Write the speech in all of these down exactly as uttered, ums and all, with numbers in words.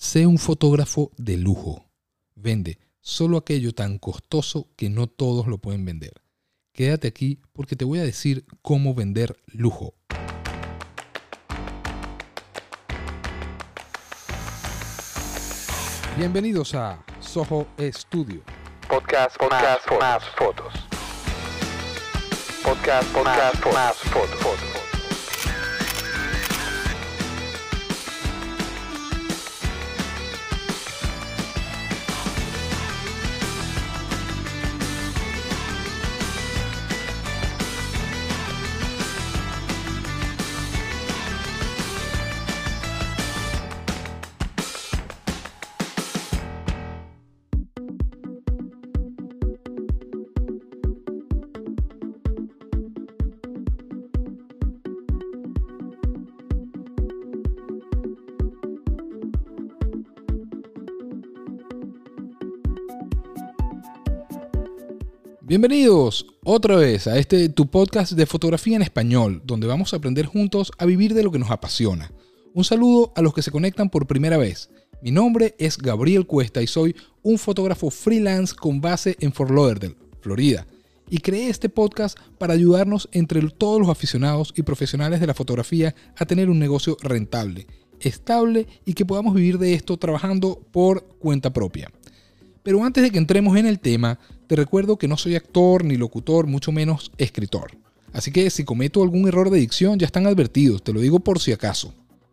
Sé un fotógrafo de lujo. Vende solo aquello tan costoso que no todos lo pueden vender. Quédate aquí porque te voy a decir cómo vender lujo. Bienvenidos a Soho Studio. Podcast, podcast, más, más fotos. Podcast, podcast, más, más fotos. fotos. Bienvenidos otra vez a este tu podcast de fotografía en español, donde vamos a aprender juntos a vivir de lo que nos apasiona. Un saludo a los que se conectan por primera vez. Mi nombre es Gabriel Cuesta y soy un fotógrafo freelance con base en Fort Lauderdale, Florida. Y creé este podcast para ayudarnos entre todos los aficionados y profesionales de la fotografía a tener un negocio rentable, estable y que podamos vivir de esto trabajando por cuenta propia. Pero antes de que entremos en el tema, te recuerdo que no soy actor ni locutor, mucho menos escritor. Así que si cometo algún error de dicción ya están advertidos, te lo digo por si acaso.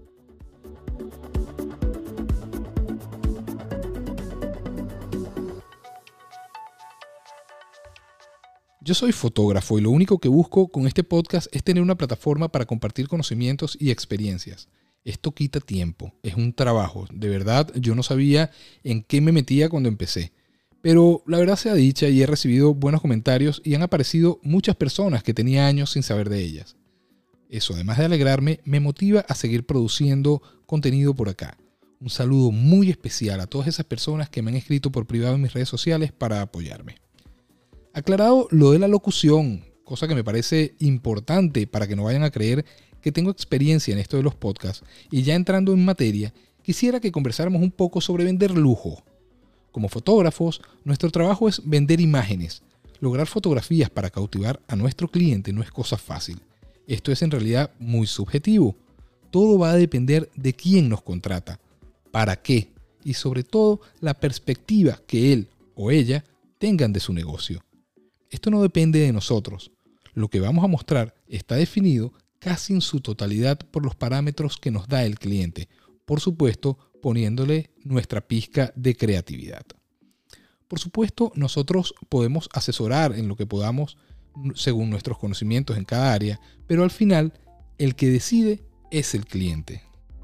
Yo soy fotógrafo y lo único que busco con este podcast es tener una plataforma para compartir conocimientos y experiencias. Esto quita tiempo, es un trabajo. De verdad, yo no sabía en qué me metía cuando empecé. Pero la verdad sea dicha y he recibido buenos comentarios y han aparecido muchas personas que tenía años sin saber de ellas. Eso, además de alegrarme, me motiva a seguir produciendo contenido por acá. Un saludo muy especial a todas esas personas que me han escrito por privado en mis redes sociales para apoyarme. Aclarado lo de la locución, cosa que me parece importante para que no vayan a creer que tengo experiencia en esto de los podcasts, y ya entrando en materia, quisiera que conversáramos un poco sobre vender lujo. Como fotógrafos, nuestro trabajo es vender imágenes. Lograr fotografías para cautivar a nuestro cliente no es cosa fácil. Esto es en realidad muy subjetivo. Todo va a depender de quién nos contrata, para qué y sobre todo la perspectiva que él o ella tengan de su negocio. Esto no depende de nosotros. Lo que vamos a mostrar está definido casi en su totalidad por los parámetros que nos da el cliente, por supuesto poniéndole nuestra pizca de creatividad. Por supuesto, nosotros podemos asesorar en lo que podamos según nuestros conocimientos en cada área, pero al final el que decide es el cliente.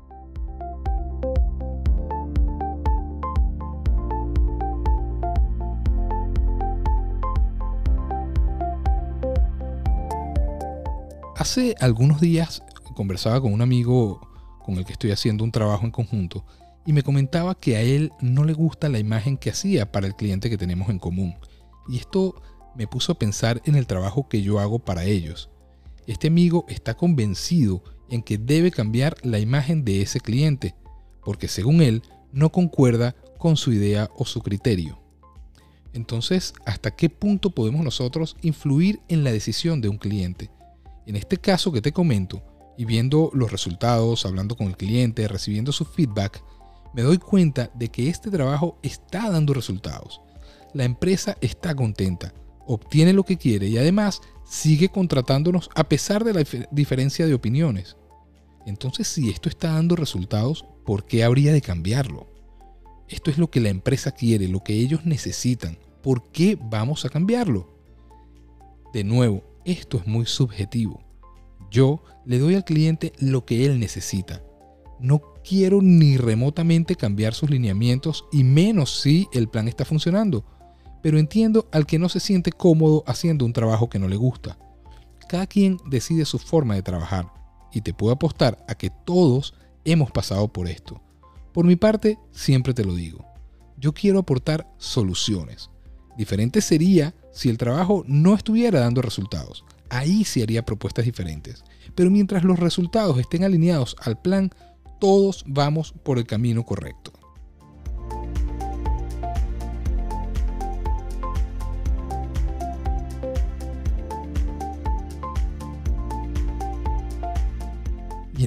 Hace algunos días conversaba con un amigo con el que estoy haciendo un trabajo en conjunto y me comentaba que a él no le gusta la imagen que hacía para el cliente que tenemos en común. Y esto me puso a pensar en el trabajo que yo hago para ellos. Este amigo está convencido en que debe cambiar la imagen de ese cliente, porque según él no concuerda con su idea o su criterio. Entonces, ¿hasta qué punto podemos nosotros influir en la decisión de un cliente? En este caso que te comento, y viendo los resultados, hablando con el cliente, recibiendo su feedback, me doy cuenta de que este trabajo está dando resultados. La empresa está contenta, obtiene lo que quiere y además sigue contratándonos a pesar de la dif- diferencia de opiniones. Entonces, si esto está dando resultados, ¿por qué habría de cambiarlo? Esto es lo que la empresa quiere, lo que ellos necesitan. ¿Por qué vamos a cambiarlo? De nuevo, esto es muy subjetivo. Yo le doy al cliente lo que él necesita. No quiero ni remotamente cambiar sus lineamientos y menos si el plan está funcionando. Pero entiendo al que no se siente cómodo haciendo un trabajo que no le gusta. Cada quien decide su forma de trabajar y te puedo apostar a que todos hemos pasado por esto. Por mi parte, siempre te lo digo. Yo quiero aportar soluciones. Diferente sería si el trabajo no estuviera dando resultados. Ahí sí haría propuestas diferentes. Pero mientras los resultados estén alineados al plan, todos vamos por el camino correcto.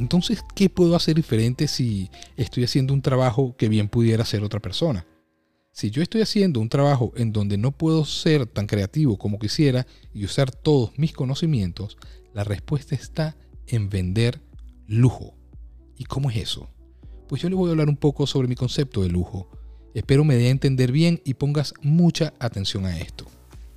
Entonces, ¿qué puedo hacer diferente si estoy haciendo un trabajo que bien pudiera hacer otra persona? Si yo estoy haciendo un trabajo en donde no puedo ser tan creativo como quisiera y usar todos mis conocimientos, la respuesta está en vender lujo. ¿Y cómo es eso? Pues yo le voy a hablar un poco sobre mi concepto de lujo. Espero me dé a entender bien y pongas mucha atención a esto.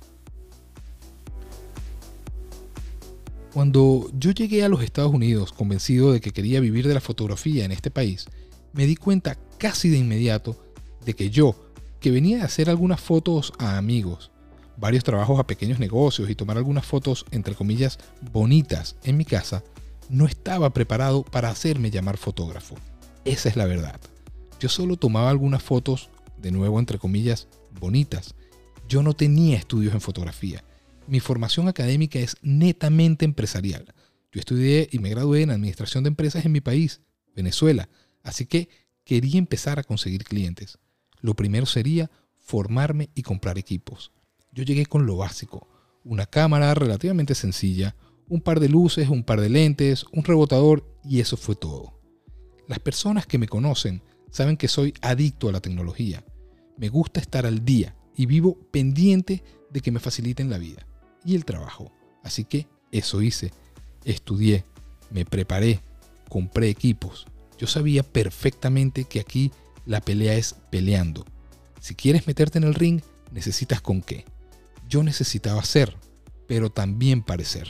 Cuando yo llegué a los Estados Unidos convencido de que quería vivir de la fotografía en este país, me di cuenta casi de inmediato de que yo, que venía de hacer algunas fotos a amigos, varios trabajos a pequeños negocios y tomar algunas fotos, entre comillas, bonitas en mi casa, no estaba preparado para hacerme llamar fotógrafo. Esa es la verdad. Yo solo tomaba algunas fotos, de nuevo, entre comillas, bonitas. Yo no tenía estudios en fotografía. Mi formación académica es netamente empresarial. Yo estudié y me gradué en administración de empresas en mi país, Venezuela, así que quería empezar a conseguir clientes. Lo primero sería formarme y comprar equipos. Yo llegué con lo básico, una cámara relativamente sencilla, un par de luces, un par de lentes, un rebotador y eso fue todo. Las personas que me conocen saben que soy adicto a la tecnología. Me gusta estar al día y vivo pendiente de que me faciliten la vida y el trabajo. Así que eso hice. Estudié, me preparé, compré equipos. Yo sabía perfectamente que aquí la pelea es peleando. Si quieres meterte en el ring, necesitas con qué. Yo necesitaba ser, pero también parecer.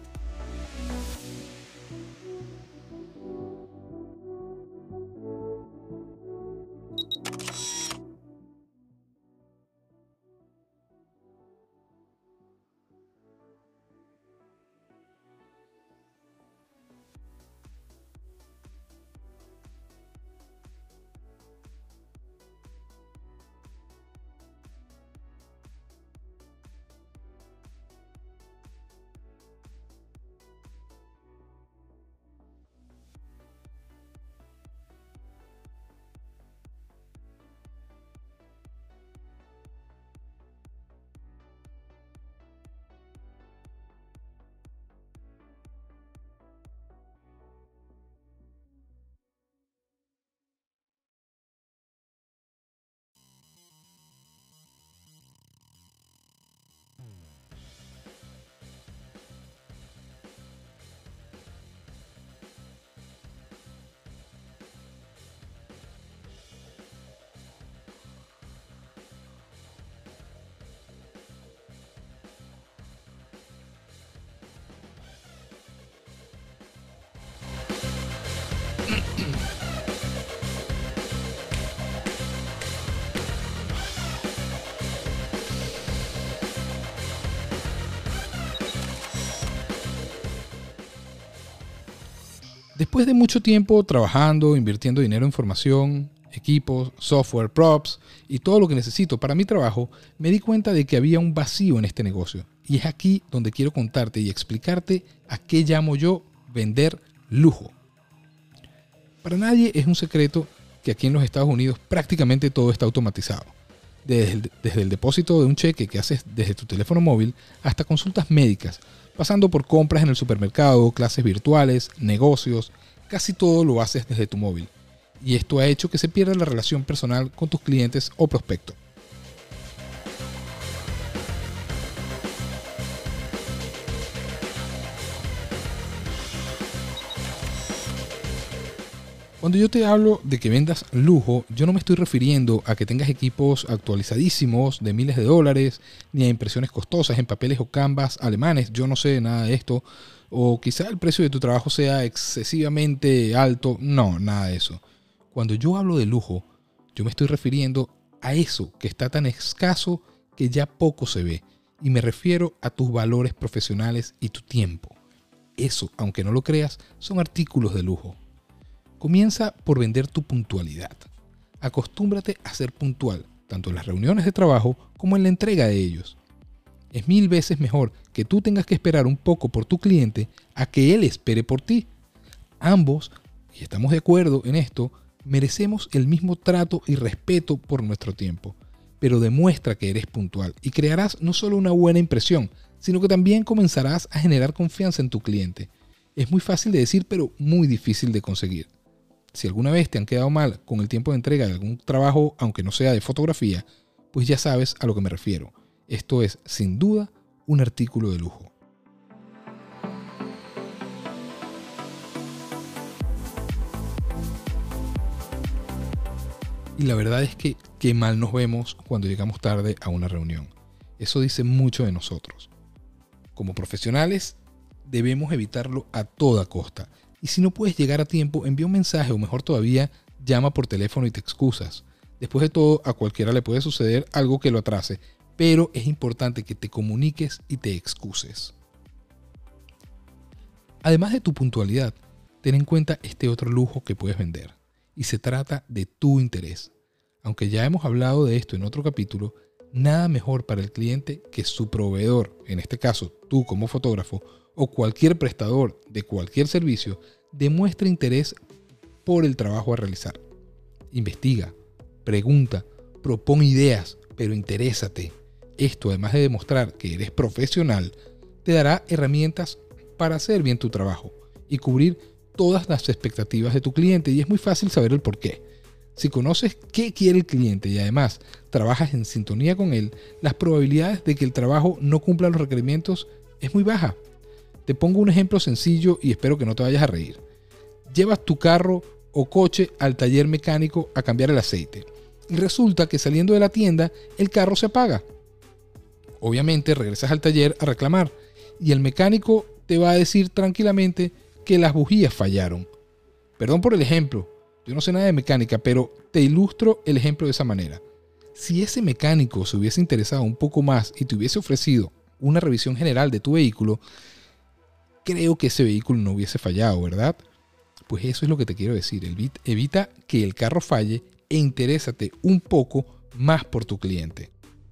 Después de mucho tiempo trabajando, invirtiendo dinero en formación, equipos, software, props y todo lo que necesito para mi trabajo, me di cuenta de que había un vacío en este negocio. Y es aquí donde quiero contarte y explicarte a qué llamo yo vender lujo. Para nadie es un secreto que aquí en los Estados Unidos prácticamente todo está automatizado. Desde el, desde el depósito de un cheque que haces desde tu teléfono móvil hasta consultas médicas, pasando por compras en el supermercado, clases virtuales, negocios, casi todo lo haces desde tu móvil. Y esto ha hecho que se pierda la relación personal con tus clientes o prospectos. Cuando yo te hablo de que vendas lujo, yo no me estoy refiriendo a que tengas equipos actualizadísimos de miles de dólares, ni a impresiones costosas en papeles o canvas alemanes. Yo no sé nada de esto. O quizá el precio de tu trabajo sea excesivamente alto. No, nada de eso. Cuando yo hablo de lujo, yo me estoy refiriendo a eso que está tan escaso que ya poco se ve. Y me refiero a tus valores profesionales y tu tiempo. Eso, aunque no lo creas, son artículos de lujo. Comienza por vender tu puntualidad. Acostúmbrate a ser puntual, tanto en las reuniones de trabajo como en la entrega de ellos. Es mil veces mejor que tú tengas que esperar un poco por tu cliente a que él espere por ti. Ambos, y estamos de acuerdo en esto, merecemos el mismo trato y respeto por nuestro tiempo. Pero demuestra que eres puntual y crearás no solo una buena impresión, sino que también comenzarás a generar confianza en tu cliente. Es muy fácil de decir, pero muy difícil de conseguir. Si alguna vez te han quedado mal con el tiempo de entrega de algún trabajo, aunque no sea de fotografía, pues ya sabes a lo que me refiero. Esto es, sin duda, un artículo de lujo. Y la verdad es que qué mal nos vemos cuando llegamos tarde a una reunión. Eso dice mucho de nosotros. Como profesionales, debemos evitarlo a toda costa. Y si no puedes llegar a tiempo, envía un mensaje o mejor todavía, llama por teléfono y te excusas. Después de todo, a cualquiera le puede suceder algo que lo atrase, pero es importante que te comuniques y te excuses. Además de tu puntualidad, ten en cuenta este otro lujo que puedes vender. Y se trata de tu interés. Aunque ya hemos hablado de esto en otro capítulo, nada mejor para el cliente que su proveedor, en este caso tú como fotógrafo, o cualquier prestador de cualquier servicio, demuestre interés por el trabajo a realizar. Investiga, pregunta, propón ideas, pero interésate. Esto, además de demostrar que eres profesional, te dará herramientas para hacer bien tu trabajo y cubrir todas las expectativas de tu cliente, y es muy fácil saber el por qué. Si conoces qué quiere el cliente y además trabajas en sintonía con él, las probabilidades de que el trabajo no cumpla los requerimientos es muy baja. Te pongo un ejemplo sencillo y espero que no te vayas a reír. Llevas tu carro o coche al taller mecánico a cambiar el aceite y resulta que saliendo de la tienda el carro se apaga. Obviamente regresas al taller a reclamar y el mecánico te va a decir tranquilamente que las bujías fallaron. Perdón por el ejemplo, yo no sé nada de mecánica, pero te ilustro el ejemplo de esa manera. Si ese mecánico se hubiese interesado un poco más y te hubiese ofrecido una revisión general de tu vehículo, creo que ese vehículo no hubiese fallado, ¿verdad? Pues eso es lo que te quiero decir. Evita que el carro falle e interésate un poco más por tu cliente.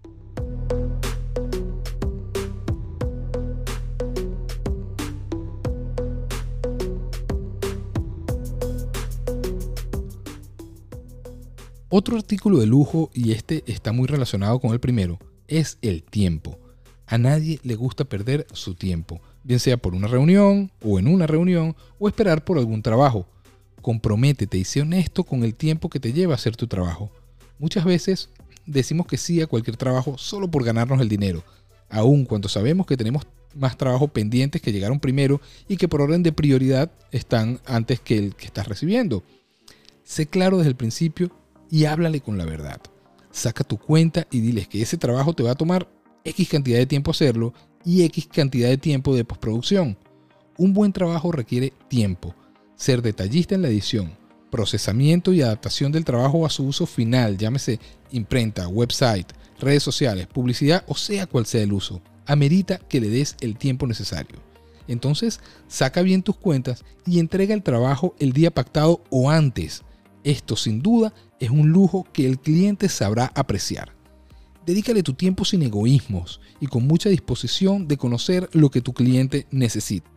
Otro artículo de lujo, y este está muy relacionado con el primero, es el tiempo. A nadie le gusta perder su tiempo, bien sea por una reunión o en una reunión o esperar por algún trabajo. Comprométete y sé honesto con el tiempo que te lleva a hacer tu trabajo. Muchas veces decimos que sí a cualquier trabajo solo por ganarnos el dinero, aun cuando sabemos que tenemos más trabajo pendientes que llegaron primero y que por orden de prioridad están antes que el que estás recibiendo. Sé claro desde el principio y háblale con la verdad. Saca tu cuenta y diles que ese trabajo te va a tomar X cantidad de tiempo hacerlo y X cantidad de tiempo de postproducción. Un buen trabajo requiere tiempo, ser detallista en la edición, procesamiento y adaptación del trabajo a su uso final, llámese imprenta, website, redes sociales, publicidad o sea cual sea el uso. Amerita que le des el tiempo necesario. Entonces, saca bien tus cuentas y entrega el trabajo el día pactado o antes. Esto sin duda es un lujo que el cliente sabrá apreciar. Dedícale tu tiempo sin egoísmos y con mucha disposición de conocer lo que tu cliente necesita.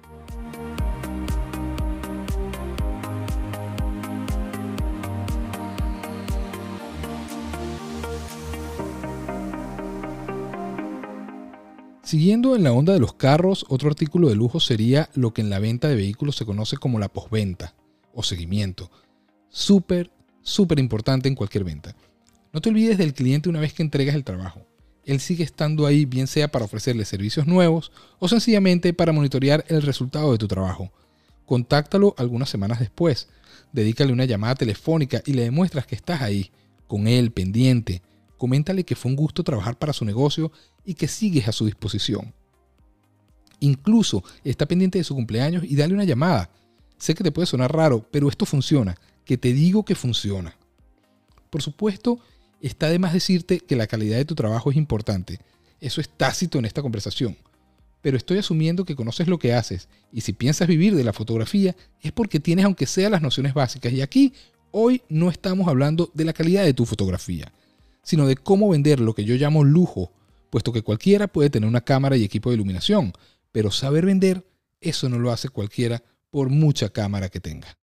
Siguiendo en la onda de los carros, otro artículo de lujo sería lo que en la venta de vehículos se conoce como la postventa o seguimiento. Súper, súper importante en cualquier venta. No te olvides del cliente una vez que entregas el trabajo. Él sigue estando ahí, bien sea para ofrecerle servicios nuevos o sencillamente para monitorear el resultado de tu trabajo. Contáctalo algunas semanas después. Dedícale una llamada telefónica y le demuestras que estás ahí, con él, pendiente. Coméntale que fue un gusto trabajar para su negocio y que sigues a su disposición. Incluso está pendiente de su cumpleaños y dale una llamada. Sé que te puede sonar raro, pero esto funciona. Que te digo que funciona. Por supuesto, está de más decirte que la calidad de tu trabajo es importante. Eso es tácito en esta conversación. Pero estoy asumiendo que conoces lo que haces y si piensas vivir de la fotografía es porque tienes aunque sea las nociones básicas. Y aquí, hoy no estamos hablando de la calidad de tu fotografía, sino de cómo vender lo que yo llamo lujo, puesto que cualquiera puede tener una cámara y equipo de iluminación, pero saber vender, eso no lo hace cualquiera por mucha cámara que tenga.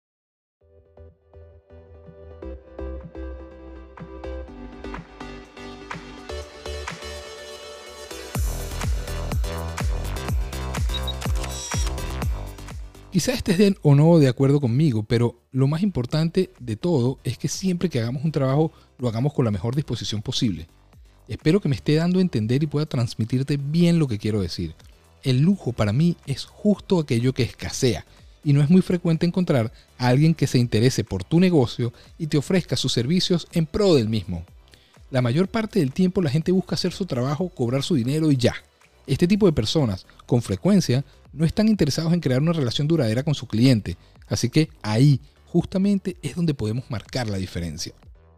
Quizás estés de, o no de acuerdo conmigo, pero lo más importante de todo es que siempre que hagamos un trabajo lo hagamos con la mejor disposición posible. Espero que me esté dando a entender y pueda transmitirte bien lo que quiero decir. El lujo para mí es justo aquello que escasea y no es muy frecuente encontrar a alguien que se interese por tu negocio y te ofrezca sus servicios en pro del mismo. La mayor parte del tiempo la gente busca hacer su trabajo, cobrar su dinero y ya. Este tipo de personas, con frecuencia, no están interesados en crear una relación duradera con su cliente, así que ahí justamente es donde podemos marcar la diferencia.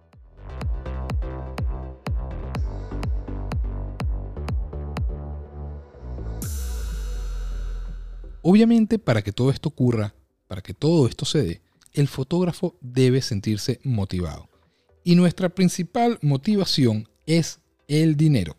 Obviamente, para que todo esto ocurra, para que todo esto se dé, el fotógrafo debe sentirse motivado. Y nuestra principal motivación es el dinero.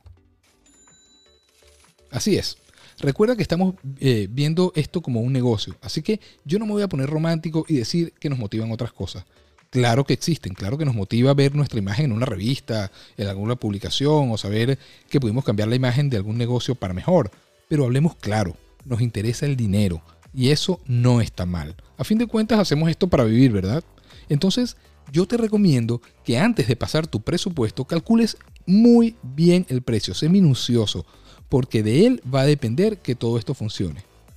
Así es. Recuerda que estamos eh, viendo esto como un negocio, así que yo no me voy a poner romántico y decir que nos motivan otras cosas. Claro que existen, claro que nos motiva ver nuestra imagen en una revista, en alguna publicación o saber que pudimos cambiar la imagen de algún negocio para mejor. Pero hablemos claro, nos interesa el dinero y eso no está mal. A fin de cuentas hacemos esto para vivir, ¿verdad? Entonces yo te recomiendo que antes de pasar tu presupuesto calcules muy bien el precio, sé minucioso, porque de él va a depender que todo esto funcione.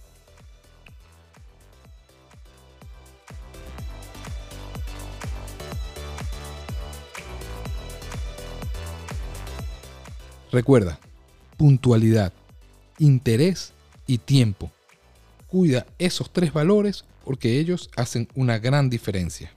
Recuerda, puntualidad, interés y tiempo. Cuida esos tres valores porque ellos hacen una gran diferencia.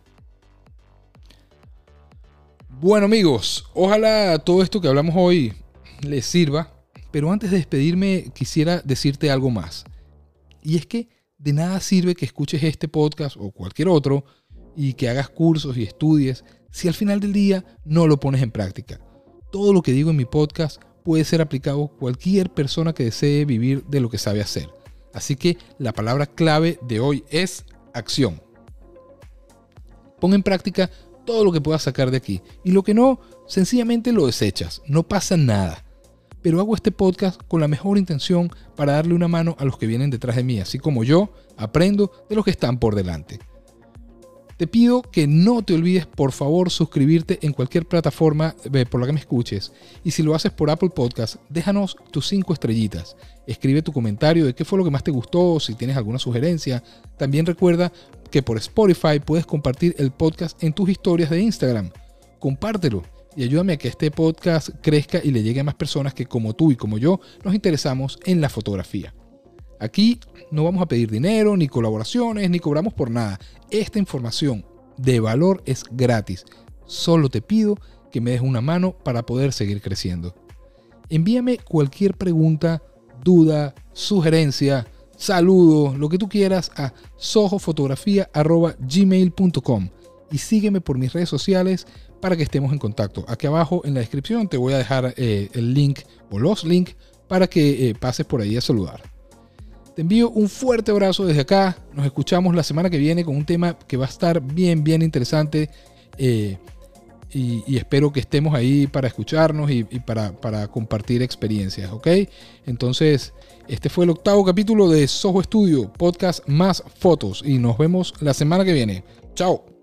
Bueno amigos, ojalá todo esto que hablamos hoy les sirva. Pero antes de despedirme quisiera decirte algo más. Y es que de nada sirve que escuches este podcast o cualquier otro y que hagas cursos y estudies si al final del día no lo pones en práctica. Todo lo que digo en mi podcast puede ser aplicado a cualquier persona que desee vivir de lo que sabe hacer. Así que la palabra clave de hoy es acción. Pon en práctica todo lo que puedas sacar de aquí y lo que no, sencillamente lo desechas. No pasa nada. Pero hago este podcast con la mejor intención para darle una mano a los que vienen detrás de mí, así como yo aprendo de los que están por delante. Te pido que no te olvides, por favor, suscribirte en cualquier plataforma por la que me escuches. Y si lo haces por Apple Podcast, déjanos tus cinco estrellitas. Escribe tu comentario de qué fue lo que más te gustó, si tienes alguna sugerencia. También recuerda que por Spotify puedes compartir el podcast en tus historias de Instagram. Compártelo. Y ayúdame a que este podcast crezca y le llegue a más personas que como tú y como yo nos interesamos en la fotografía. Aquí no vamos a pedir dinero, ni colaboraciones, ni cobramos por nada. Esta información de valor es gratis. Solo te pido que me des una mano para poder seguir creciendo. Envíame cualquier pregunta, duda, sugerencia, saludo, lo que tú quieras a sojofotografía arroba gmail punto com y sígueme por mis redes sociales para que estemos en contacto. Aquí abajo en la descripción te voy a dejar eh, el link o los links para que eh, pases por ahí a saludar. Te envío un fuerte abrazo desde acá. Nos escuchamos la semana que viene con un tema que va a estar bien, bien interesante. Eh, y, y espero que estemos ahí para escucharnos y, y para, para compartir experiencias, ¿ok? Entonces, este fue el octavo capítulo de Soho Studio, podcast más fotos. Y nos vemos la semana que viene. Chao.